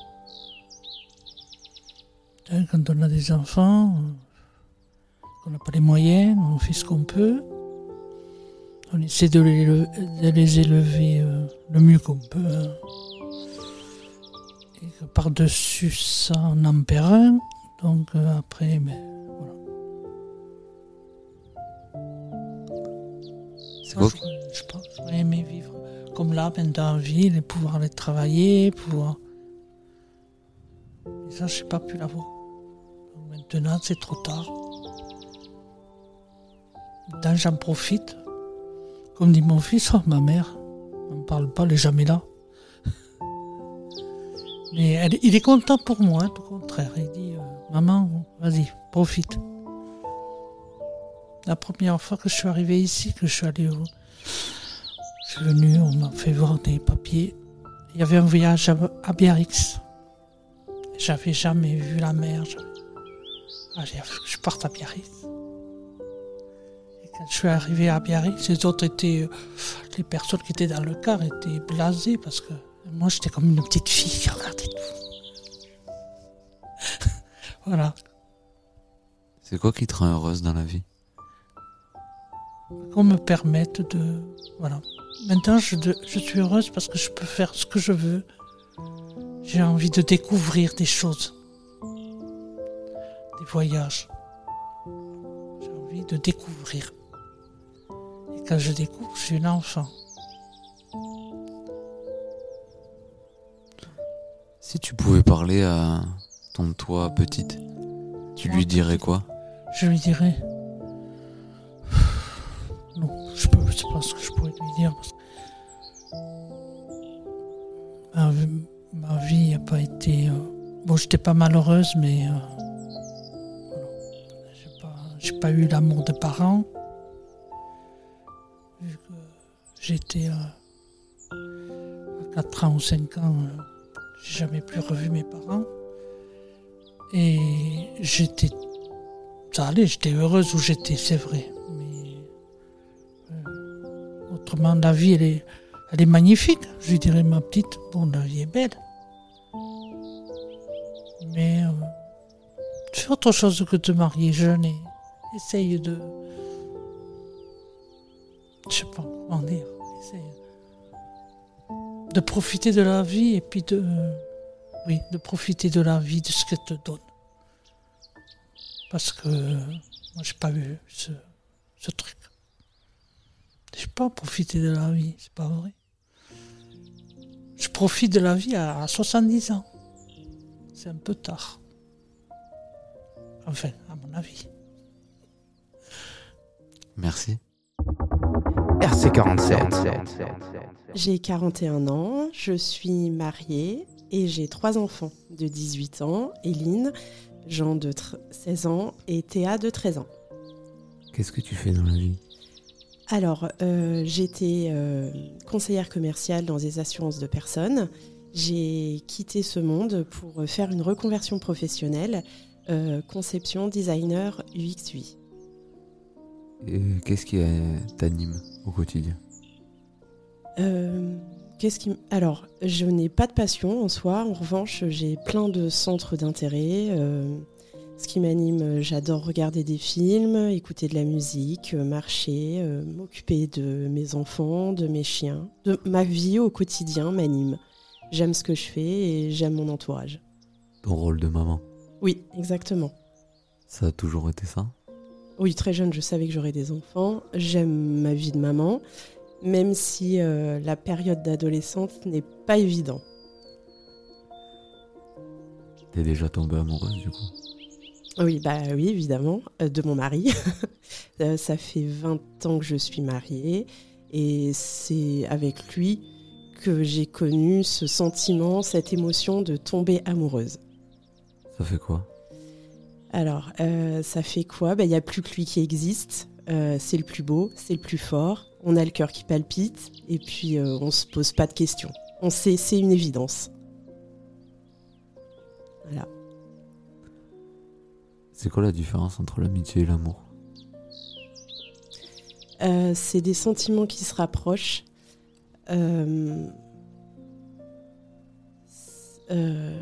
Quand on a des enfants, qu'on n'a pas les moyens, on fait ce qu'on peut. On essaie de les, de les élever euh, le mieux qu'on peut. Hein. Et que par-dessus ça, on en perd un. Donc euh, après, ben, voilà. C'est Moi, quoi je, je pense que j'aurais aimé vivre comme là, maintenant en ville, et pouvoir aller travailler, pouvoir... Et ça, je n'ai pas pu l'avoir. Donc maintenant, c'est trop tard. Maintenant, j'en profite. Comme dit mon fils, oh, ma mère, on ne parle pas, elle n'est jamais là. Mais elle- il est content pour moi, hein, tout au contraire. Il dit, euh, maman, vas-y, profite. La première fois que je suis arrivé ici, que je suis allé au... Je suis venu, on m'a fait voir des papiers. Il y avait un voyage à, à Biarritz. J'avais jamais vu la mer. j'avais- Ah, j'ai fallu que je parte à Biarritz. Et quand je suis arrivé à Biarritz, les autres étaient... euh, les personnes qui étaient dans le car étaient blasées parce que moi, j'étais comme une petite fille qui regardait tout. Voilà. C'est quoi qui te rend heureuse dans la vie? Qu'on me permette de... Voilà. Maintenant, je, de- je suis heureuse parce que je peux faire ce que je veux. J'ai envie de découvrir des choses. Des voyages. J'ai envie de découvrir. Et quand je découvre, je suis une enfant. Si tu pouvais parler à ton toi petite, tu lui dirais quoi? Je lui dirais... Non, je ne sais pas ce que je pourrais lui dire. Parce que ma, vie- ma vie n'a pas été... euh, Bon, j'étais pas malheureuse, mais... euh, voilà. J'ai pas, j'ai pas eu l'amour des parents. Vu que j'étais... euh, à quatre ans ou cinq ans, euh, j'ai jamais plus revu mes parents. Et j'étais... Ça allait, j'étais heureuse où j'étais, c'est vrai. Mais... euh, autrement, la vie, elle est, elle est magnifique. Je lui dirais, ma petite, bon, la vie est belle. Mais euh, fais autre chose que de te marier jeune et essaye de... Je sais pas comment dire. Essaye de profiter de la vie et puis de... Oui, de profiter de la vie, de ce qu'elle te donne. Parce que euh, moi, j'ai pas eu ce, ce truc. J'ai pas profité de la vie, c'est pas vrai. Je profite de la vie à, à soixante-dix ans. C'est un peu tard. Enfin, à mon avis. Merci. R C quarante-sept. J'ai quarante et un ans, je suis mariée et j'ai trois enfants de dix-huit ans, Éline, Jean de tr- seize ans et Théa de treize ans. Qu'est-ce que tu fais dans la vie? Alors, euh, j'étais euh, conseillère commerciale dans des assurances de personnes. J'ai quitté ce monde pour faire une reconversion professionnelle, euh, conception designer U X U I. Et qu'est-ce qui euh, t'anime au quotidien? Euh, qu'est-ce qui... m- Alors, je n'ai pas de passion en soi. En revanche, j'ai plein de centres d'intérêt. Euh, ce qui m'anime, j'adore regarder des films, écouter de la musique, euh, marcher, euh, m'occuper de mes enfants, de mes chiens. De... Ma vie au quotidien m'anime. J'aime ce que je fais et j'aime mon entourage. Ton rôle de maman, Oui, exactement. ça a toujours été ça? Oui, très jeune, je savais que j'aurais des enfants. J'aime ma vie de maman, même si euh, la période d'adolescence n'est pas évidente. T'es déjà tombée amoureuse du coup? Oui, bah oui, évidemment, euh, de mon mari. Euh, ça fait vingt ans que je suis mariée et c'est avec lui que j'ai connu ce sentiment, cette émotion de tomber amoureuse. Ça fait quoi? Alors, euh, ça fait quoi? Bah, y a plus que lui qui existe. Euh, c'est le plus beau, c'est le plus fort. On a le cœur qui palpite et puis euh, on se pose pas de questions. On sait, c'est une évidence. Voilà. C'est quoi la différence entre l'amitié et l'amour? Euh, c'est des sentiments qui se rapprochent. Euh, euh,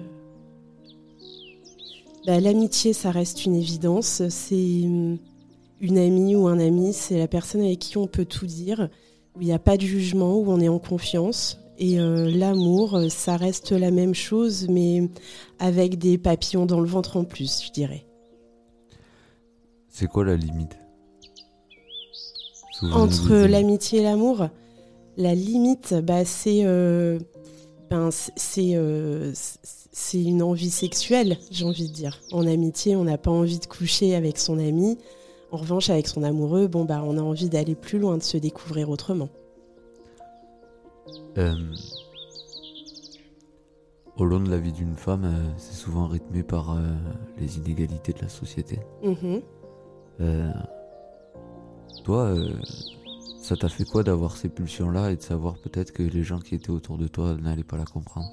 bah, l'amitié, ça reste une évidence. C'est une amie ou un ami, c'est la personne avec qui on peut tout dire, où il n'y a pas de jugement, où on est en confiance. Et euh, l'amour, ça reste la même chose, mais avec des papillons dans le ventre en plus, je dirais. C'est quoi la limite? Souvent, Entre on dit- l'amitié et l'amour, la limite, bah, c'est, euh, ben, c'est, c'est, euh, c'est une envie sexuelle, j'ai envie de dire. En amitié, on n'a pas envie de coucher avec son ami. En revanche, avec son amoureux, bon, bah, on a envie d'aller plus loin, de se découvrir autrement. Euh, au long de la vie d'une femme, euh, c'est souvent rythmé par euh, les inégalités de la société. Mhm. Euh, toi, euh, ça t'a fait quoi d'avoir ces pulsions-là et de savoir peut-être que les gens qui étaient autour de toi n'allaient pas la comprendre?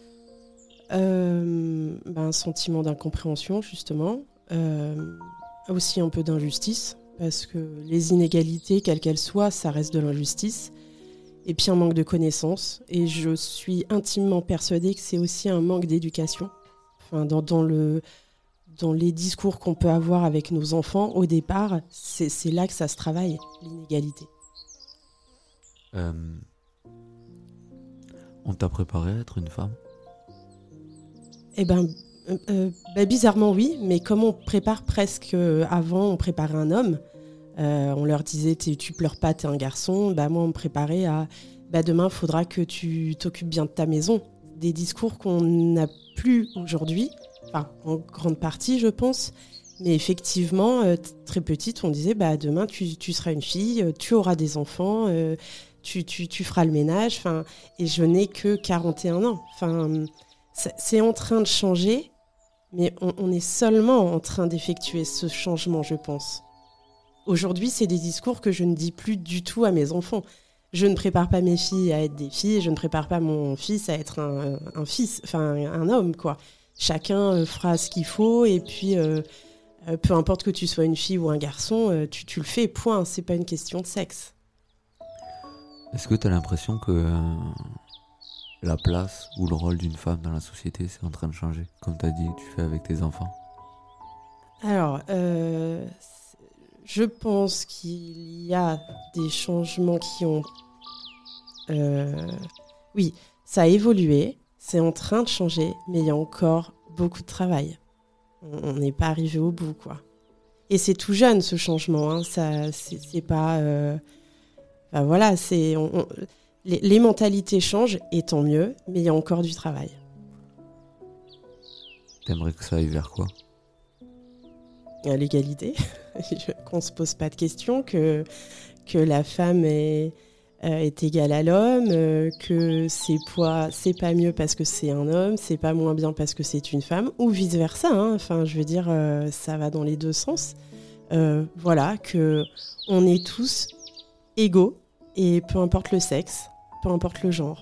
Euh, ben, un sentiment d'incompréhension, justement. Euh, aussi un peu d'injustice, parce que les inégalités, quelles qu'elles soient, ça reste de l'injustice. Et puis un manque de connaissances. Et je suis intimement persuadée que c'est aussi un manque d'éducation. Enfin, dans, dans, le, dans les discours qu'on peut avoir avec nos enfants, au départ, c'est, c'est là que ça se travaille, l'inégalité. Euh, on t'a préparé à être une femme? Eh ben, euh, euh, bah, bizarrement oui, mais comme on prépare presque euh, avant, on préparait un homme. Euh, on leur disait tu pleures pas, t'es un garçon. Bah moi on me préparait à bah demain il faudra que tu t'occupes bien de ta maison. Des discours qu'on n'a plus aujourd'hui, enfin en grande partie je pense. Mais effectivement euh, très petite on disait bah demain tu, tu seras une fille, tu auras des enfants, euh, tu, tu, tu feras le ménage. Enfin et je n'ai que quarante et un ans. Enfin c'est en train de changer, mais on, on est seulement en train d'effectuer ce changement je pense. Aujourd'hui, c'est des discours que je ne dis plus du tout à mes enfants. Je ne prépare pas mes filles à être des filles, je ne prépare pas mon fils à être un, un fils, enfin un homme, quoi. Chacun fera ce qu'il faut, et puis euh, peu importe que tu sois une fille ou un garçon, tu, tu le fais, point. C'est pas une question de sexe. Est-ce que tu as l'impression que euh, la place ou le rôle d'une femme dans la société, c'est en train de changer, comme tu as dit, tu fais avec tes enfants? Alors, euh, je pense qu'il y a des changements qui ont... Euh, oui, ça a évolué, c'est en train de changer, mais il y a encore beaucoup de travail. On n'est pas arrivé au bout, quoi. Et c'est tout jeune, ce changement. Hein. Ça, c'est, c'est pas... Euh... Enfin, voilà, c'est... On, on... Les, les mentalités changent, et tant mieux, mais il y a encore du travail. T'aimerais que ça aille vers quoi? À l'égalité, qu'on se pose pas de questions, que, que la femme est, euh, est égale à l'homme, euh, que c'est poids, c'est pas mieux parce que c'est un homme, c'est pas moins bien parce que c'est une femme, ou vice versa. Hein. Enfin, je veux dire, euh, ça va dans les deux sens. Euh, voilà, que on est tous égaux et peu importe le sexe, peu importe le genre.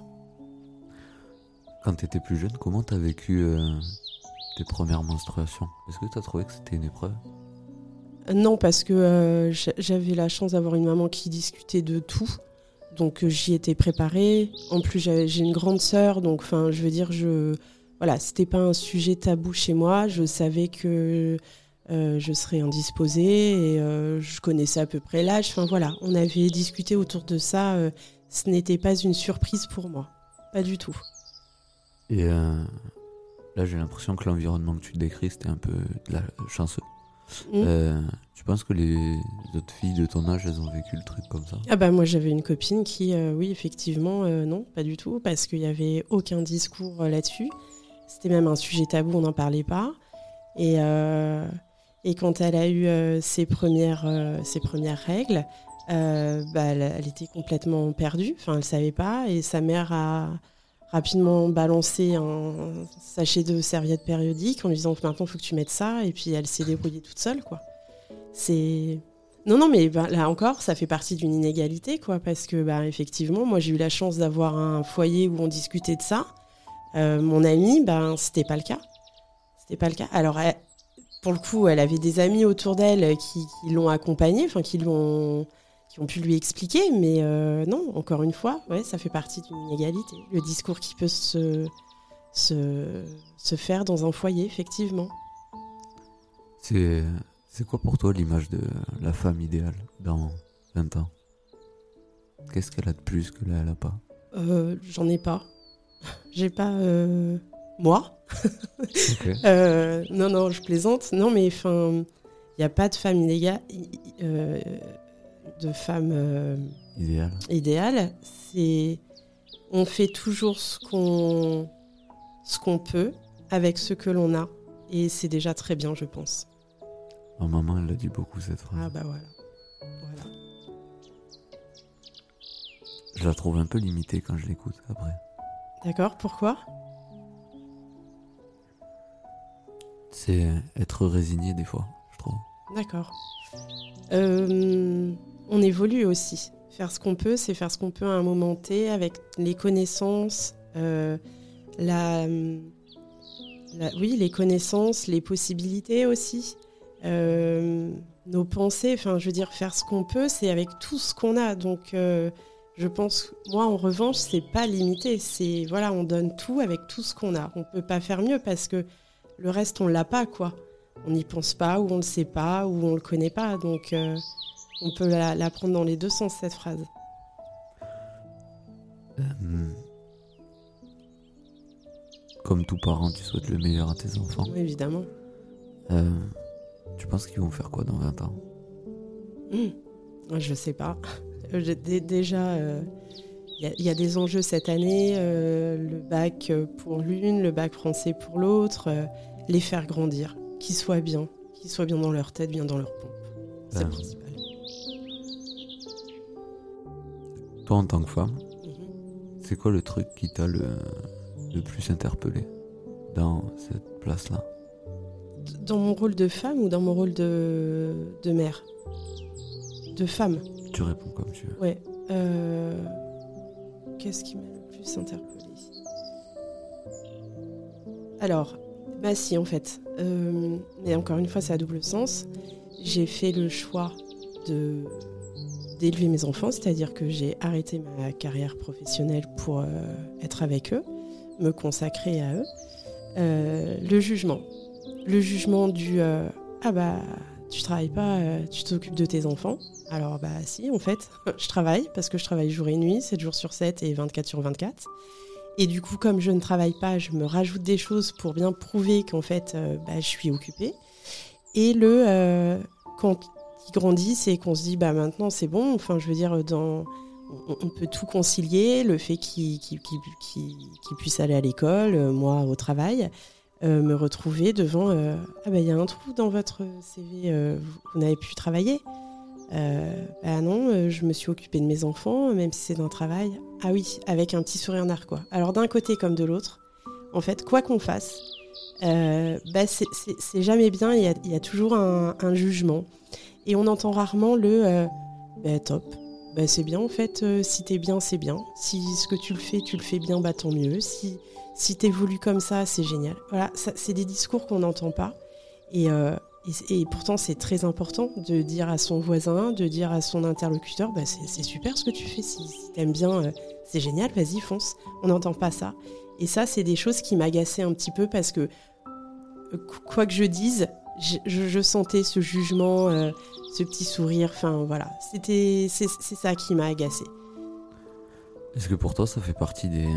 Quand t'étais plus jeune, comment t'as vécu euh, tes premières menstruations? Est-ce que t'as trouvé que c'était une épreuve? Non, parce que euh, j'avais la chance d'avoir une maman qui discutait de tout. Donc euh, j'y étais préparée. En plus, j'ai, j'ai une grande sœur. Donc, enfin, je veux dire, je... Voilà, c'était pas un sujet tabou chez moi. Je savais que euh, je serais indisposée et euh, je connaissais à peu près l'âge. Enfin, voilà, on avait discuté autour de ça. Euh, ce n'était pas une surprise pour moi. Pas du tout. Et euh, là, j'ai l'impression que l'environnement que tu décris, c'était un peu de la chanceux. Mmh. Euh, tu penses que les autres filles de ton âge, elles ont vécu le truc comme ça? Ah bah moi j'avais une copine qui, euh, oui effectivement, euh, non, pas du tout, parce qu'il n'y avait aucun discours euh, là-dessus. C'était même un sujet tabou, on n'en parlait pas. Et, euh, et quand elle a eu euh, ses, premières, euh, ses premières règles, euh, bah, elle, elle était complètement perdue, enfin elle ne savait pas, et sa mère a rapidement balancé un sachet de serviettes périodiques en lui disant maintenant il faut que tu mettes ça, et puis elle s'est débrouillée toute seule, quoi. C'est... Non, non, mais ben, là encore, ça fait partie d'une inégalité, quoi, parce que ben, effectivement, moi j'ai eu la chance d'avoir un foyer où on discutait de ça. Euh, mon amie, ben, c'était pas le cas. C'était pas le cas. Alors, elle, pour le coup, elle avait des amis autour d'elle qui, qui l'ont accompagnée, enfin qui l'ont... qui ont pu lui expliquer, mais euh, non, encore une fois, ouais, ça fait partie d'une inégalité. Le discours qui peut se, se, se faire dans un foyer, effectivement. C'est, c'est quoi pour toi l'image de la femme idéale dans vingt ans? Qu'est-ce qu'elle a de plus que là, elle a pas? euh, J'en ai pas. J'ai pas... Euh, moi okay. euh, Non, non, je plaisante. Non, mais enfin, il n'y a pas de femme idéale... Euh, de femme euh, Idéal. idéale, c'est on fait toujours ce qu'on, ce qu'on peut avec ce que l'on a. Et c'est déjà très bien, je pense. Ma maman, elle l'a dit beaucoup, cette phrase. Ah bah voilà. voilà. Je la trouve un peu limitée quand je l'écoute, après. D'accord, pourquoi ? C'est être résigné, des fois, je trouve. D'accord. Euh, on évolue aussi. Faire ce qu'on peut, c'est faire ce qu'on peut à un moment T, avec les connaissances, euh, la, la, oui, les connaissances, les possibilités aussi, euh, nos pensées. Enfin, je veux dire, faire ce qu'on peut, c'est avec tout ce qu'on a. Donc, euh, je pense, moi, en revanche, c'est pas limité. C'est voilà, on donne tout avec tout ce qu'on a. On peut pas faire mieux parce que le reste, on l'a pas, quoi. On n'y pense pas, ou on le sait pas, ou on le connaît pas. Donc, euh, on peut la, la prendre dans les deux sens, cette phrase. Euh, comme tout parent, tu souhaites le meilleur à tes enfants. Oui, évidemment. Euh, tu penses qu'ils vont faire quoi dans vingt ans ? mmh. Je sais pas. D- déjà, il euh, y, y a des enjeux cette année. Euh, le bac pour l'une, le bac français pour l'autre. Euh, les faire grandir, qu'ils soient bien. Qu'ils soient bien dans leur tête, bien dans leur pompe. C'est euh, le principal. Toi, en tant que femme, Mmh. c'est quoi le truc qui t'a le, le plus interpellé dans cette place-là ? Dans mon rôle de femme ou dans mon rôle de, de mère ? De femme. Tu réponds comme tu veux. Ouais. Euh... Qu'est-ce qui m'a le plus interpellée ? Alors, bah si, en fait. Euh... Mais encore une fois, c'est à double sens. J'ai fait le choix de... d'élever mes enfants, c'est-à-dire que j'ai arrêté ma carrière professionnelle pour euh, être avec eux, me consacrer à eux. Euh, le jugement. Le jugement du euh, « Ah bah, tu travailles pas, euh, tu t'occupes de tes enfants ». Alors bah si, en fait, je travaille parce que je travaille jour et nuit, sept jours sur sept et vingt-quatre sur vingt-quatre. Et du coup, comme je ne travaille pas, je me rajoute des choses pour bien prouver qu'en fait, euh, bah, je suis occupée. Et le euh, quand ils grandissent et qu'on se dit bah maintenant c'est bon, enfin je veux dire dans on, on peut tout concilier, le fait qu'ils, qu'ils, qu'ils, qu'ils, qu'ils puissent aller à l'école, euh, moi au travail. Euh, me retrouver devant euh, ah ben il y a un trou dans votre C V, euh, vous, vous n'avez pu travailler. Euh, bah non, euh, je me suis occupée de mes enfants, même si c'est d'un travail. Ah oui, avec un petit sourire narquois. Alors d'un côté comme de l'autre, en fait, quoi qu'on fasse, euh, bah c'est, c'est, c'est jamais bien. Il y a, il y a toujours un, un jugement, et on entend rarement le euh, bah top. Bah c'est bien en fait. Euh, si t'es bien, c'est bien. Si ce que tu le fais, tu le fais bien, bah tant mieux. Si Si t'évolues comme ça, c'est génial. Voilà, ça, c'est des discours qu'on n'entend pas. Et, euh, et, et pourtant, c'est très important de dire à son voisin, de dire à son interlocuteur, bah, c'est, c'est super ce que tu fais. Si, si t'aimes bien, euh, c'est génial, vas-y, fonce. On n'entend pas ça. Et ça, c'est des choses qui m'agaçaient un petit peu parce que, euh, quoi que je dise, je, je, je sentais ce jugement, euh, ce petit sourire. Enfin, voilà. C'était, c'est, c'est ça qui m'a agacée. Est-ce que pour toi, ça fait partie des...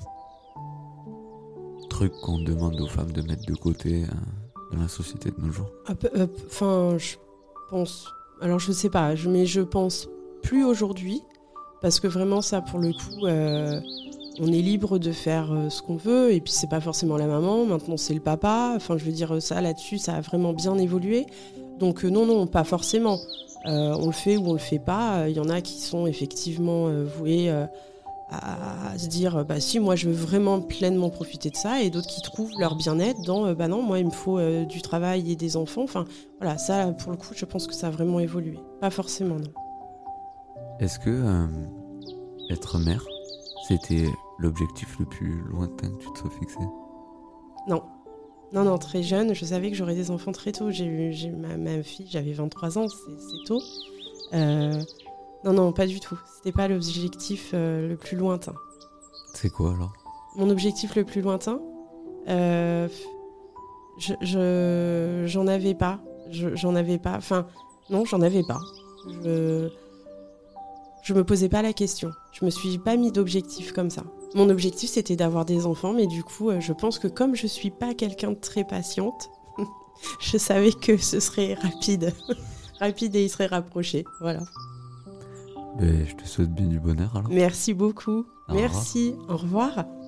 truc qu'on demande aux femmes de mettre de côté euh, dans la société de nos jours ? Enfin, je pense... Alors, je sais pas, je, mais je pense plus aujourd'hui, parce que vraiment, ça, pour le coup, euh, on est libre de faire euh, ce qu'on veut, et puis c'est pas forcément la maman, maintenant c'est le papa. Enfin, je veux dire, ça, là-dessus, ça a vraiment bien évolué. Donc, euh, non, non, pas forcément. Euh, on le fait ou on le fait pas. Il y en a qui sont effectivement euh, voués... Euh, à, à se dire bah si moi je veux vraiment pleinement profiter de ça, et d'autres qui trouvent leur bien-être dans euh, bah non moi il me faut euh, du travail et des enfants. Enfin voilà, ça pour le coup je pense que ça a vraiment évolué. Pas forcément, non. Est-ce que euh, être mère c'était l'objectif le plus lointain que tu te sois fixé ? Non. Non, non, très jeune, je savais que j'aurais des enfants très tôt. J'ai eu j'ai ma, ma fille, j'avais vingt-trois ans, c'est, c'est tôt. Euh, Non, non, pas du tout. C'était pas l'objectif euh, le plus lointain. C'est quoi alors ? Mon objectif le plus lointain, euh, je, je, j'en avais pas. Je, j'en avais pas. Enfin, non, j'en avais pas. Je, je me posais pas la question. Je me suis pas mis d'objectif comme ça. Mon objectif, c'était d'avoir des enfants, mais du coup, je pense que comme je suis pas quelqu'un de très patiente, je savais que ce serait rapide, rapide et il serait rapproché. Voilà. Ben, je te souhaite bien du bonheur alors. Merci beaucoup. Au Merci. Au revoir.